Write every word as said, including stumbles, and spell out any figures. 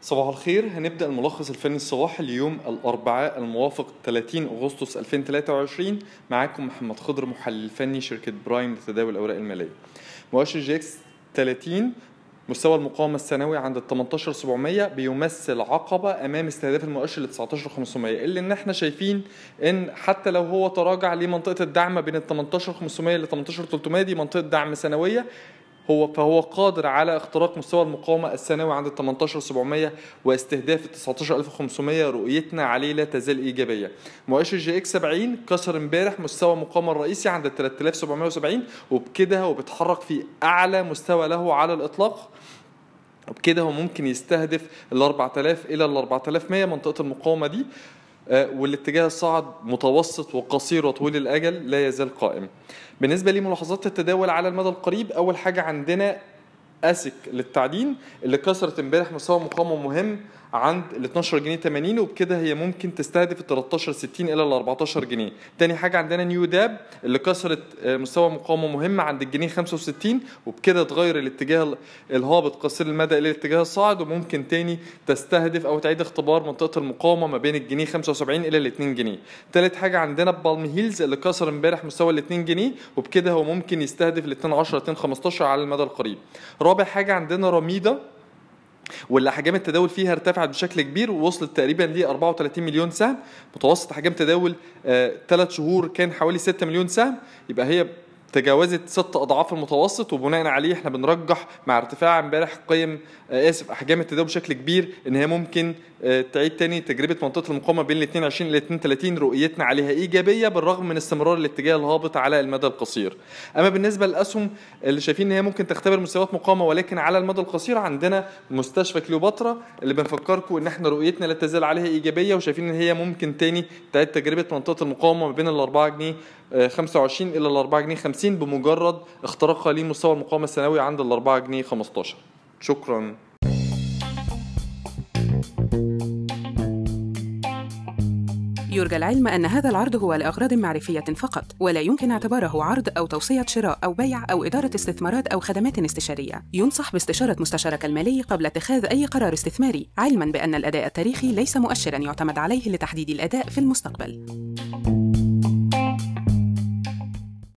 صباح الخير. هنبدأ الملخص الفني الصباحي ليوم الأربعاء الموافق ثلاثين أغسطس ألفين وثلاثة وعشرين. معاكم محمد خضر، محلل فني شركة برايم لتداول الأوراق المالية. مؤشر جي اكس ثلاثين مستوى المقاومة السنوي عند ال ثمانية عشر سبعمية بيمثل عقبة أمام استهداف المؤشر ل تسعة عشر خمسمية، اللي إن إحنا شايفين إن حتى لو هو تراجع لمنطقة الدعم بين ال ثمانية عشر خمسمية ل ثمانية عشر ثلاثمية، دي منطقة دعم سنوية، هو فهو قادر على اختراق مستوى المقاومة السنوي عند ال ثمانية عشر سبعمية واستهداف ال تسعة عشر ألف وخمسمية. رؤيتنا عليه لا تزال إيجابية. مؤشر جي اكس سبعين كسر امبارح مستوى المقاومة الرئيسي عند ال ثلاثة آلاف وسبعمية وسبعين، وبكده هو بيتحرك في أعلى مستوى له على الإطلاق، وبكده هو ممكن يستهدف ال أربعة آلاف إلى ال أربعة آلاف ومية منطقة المقاومة دي، والاتجاه الصاعد متوسط وقصير وطويل الأجل لا يزال قائم. بالنسبة لملاحظات التداول على المدى القريب، أول حاجة عندنا أسك للتعدين اللي كسرت امبارح مستوى مقاومة مهم عند ال اتناشر جنيه تمانين، وبكده هي ممكن تستهدف ال تلتاشر ستين الى ال أربعتاشر جنيه. تاني حاجه عندنا نيو داب اللي كسرت مستوى مقاومه مهم عند الجنيه خمسة وستين، وبكده تغير الاتجاه الهابط قصير المدى الى الاتجاه الصاعد، وممكن تاني تستهدف او تعيد اختبار منطقه المقاومه ما بين الجنيه خمسة وسبعين الى ال اتنين جنيه. تالت حاجه عندنا بالم هيلز اللي كسر امبارح مستوى ال اتنين جنيه، وبكده هو ممكن يستهدف ال اتنين عشرة اتنين خمستاشر على المدى القريب. رابع حاجه عندنا رميده، واللي احجام التداول فيها ارتفعت بشكل كبير ووصلت تقريبا ل أربعة وثلاثين مليون سهم. متوسط احجام تداول ثلاث آه شهور كان حوالي ستة مليون سهم، يبقى هي تجاوزت ست اضعاف المتوسط، وبناء عليه احنا بنرجح مع ارتفاع امبارح قيم آه اسف احجام التداول بشكل كبير ان هي ممكن آه تعيد تاني تجربه منطقه المقاومه بين ال اتنين وعشرين الى اتنين وتلاتين. رؤيتنا عليها ايجابيه بالرغم من استمرار الاتجاه الهابط على المدى القصير. اما بالنسبه للاسهم اللي شايفين ان هي ممكن تختبر مستويات مقاومه ولكن على المدى القصير، عندنا مستشفى كليوباترا اللي بنفكركم ان احنا رؤيتنا لا تزال عليها ايجابيه، وشايفين ان هي ممكن تاني تعيد تجربه منطقه المقاومه ما بين ال أربعة جنيه خمسة وعشرين الى ال أربعة جنيه خمسين بمجرد اختراقها لمستوى المقاومه السنوي عند ال أربعة جنيه خمستاشر. شكرا. يرجى العلم أن هذا العرض هو لأغراض معرفية فقط، ولا يمكن اعتباره عرض أو توصية شراء أو بيع أو إدارة استثمارات أو خدمات استشارية. ينصح باستشارة مستشارك المالي قبل اتخاذ أي قرار استثماري، علماً بأن الأداء التاريخي ليس مؤشراً يعتمد عليه لتحديد الأداء في المستقبل.